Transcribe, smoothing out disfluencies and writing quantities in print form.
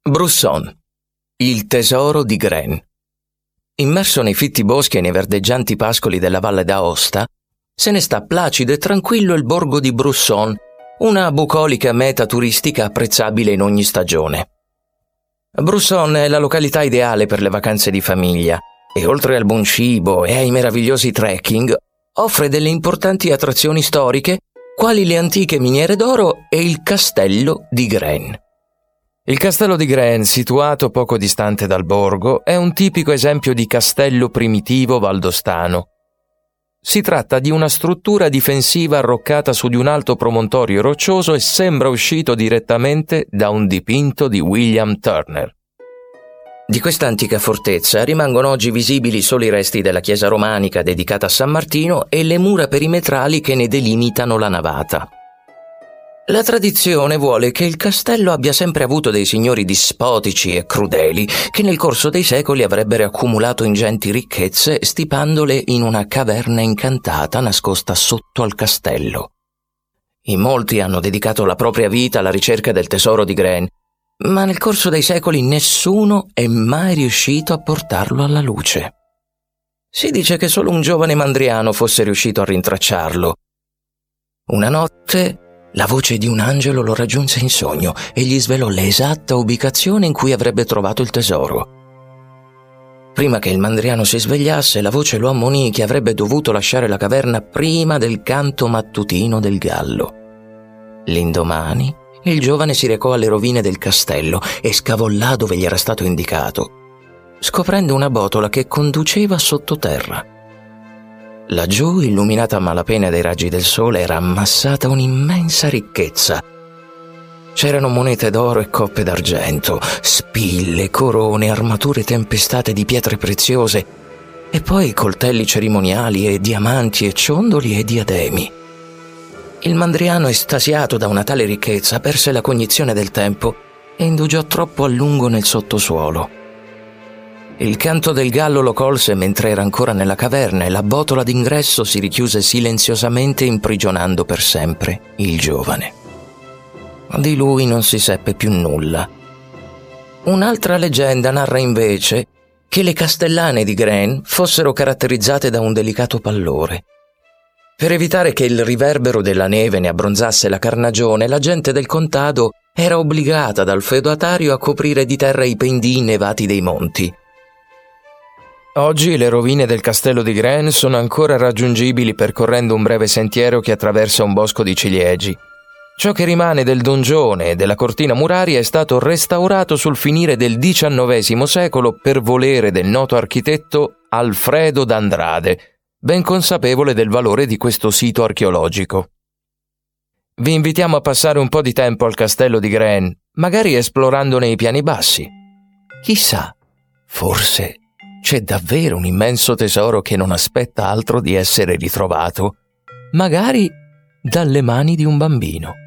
Brusson, il tesoro di Gren. Immerso nei fitti boschi e nei verdeggianti pascoli della Valle d'Aosta, se ne sta placido e tranquillo il borgo di Brusson, una bucolica meta turistica apprezzabile in ogni stagione. Brusson è la località ideale per le vacanze di famiglia e, oltre al buon cibo e ai meravigliosi trekking, offre delle importanti attrazioni storiche quali le antiche miniere d'oro e il castello di Gren. Il castello di Gren, situato poco distante dal borgo, è un tipico esempio di castello primitivo valdostano. Si tratta di una struttura difensiva arroccata su di un alto promontorio roccioso e sembra uscito direttamente da un dipinto di William Turner. Di questa antica fortezza rimangono oggi visibili solo i resti della chiesa romanica dedicata a San Martino e le mura perimetrali che ne delimitano la navata. La tradizione vuole che il castello abbia sempre avuto dei signori dispotici e crudeli che nel corso dei secoli avrebbero accumulato ingenti ricchezze stipandole in una caverna incantata nascosta sotto al castello. In molti hanno dedicato la propria vita alla ricerca del tesoro di Gren, ma nel corso dei secoli nessuno è mai riuscito a portarlo alla luce. Si dice che solo un giovane mandriano fosse riuscito a rintracciarlo. Una notte la voce di un angelo lo raggiunse in sogno e gli svelò l'esatta ubicazione in cui avrebbe trovato il tesoro. Prima che il mandriano si svegliasse, la voce lo ammonì che avrebbe dovuto lasciare la caverna prima del canto mattutino del gallo. L'indomani, il giovane si recò alle rovine del castello e scavò là dove gli era stato indicato, scoprendo una botola che conduceva sottoterra. Laggiù, illuminata a malapena dai raggi del sole, era ammassata un'immensa ricchezza. C'erano monete d'oro e coppe d'argento, spille, corone, armature tempestate di pietre preziose e poi coltelli cerimoniali e diamanti e ciondoli e diademi. Il mandriano, estasiato da una tale ricchezza, perse la cognizione del tempo e indugiò troppo a lungo nel sottosuolo. Il canto del gallo lo colse mentre era ancora nella caverna e la botola d'ingresso si richiuse silenziosamente, imprigionando per sempre il giovane. Di lui non si seppe più nulla. Un'altra leggenda narra invece che le castellane di Gren fossero caratterizzate da un delicato pallore. Per evitare che il riverbero della neve ne abbronzasse la carnagione, la gente del contado era obbligata dal feudatario a coprire di terra i pendii innevati dei monti. Oggi le rovine del castello di Gren sono ancora raggiungibili percorrendo un breve sentiero che attraversa un bosco di ciliegi. Ciò che rimane del dongione e della cortina muraria è stato restaurato sul finire del XIX secolo per volere del noto architetto Alfredo d'Andrade, ben consapevole del valore di questo sito archeologico. Vi invitiamo a passare un po' di tempo al castello di Gren, magari esplorandone i piani bassi. Chissà, forse c'è davvero un immenso tesoro che non aspetta altro di essere ritrovato, magari dalle mani di un bambino.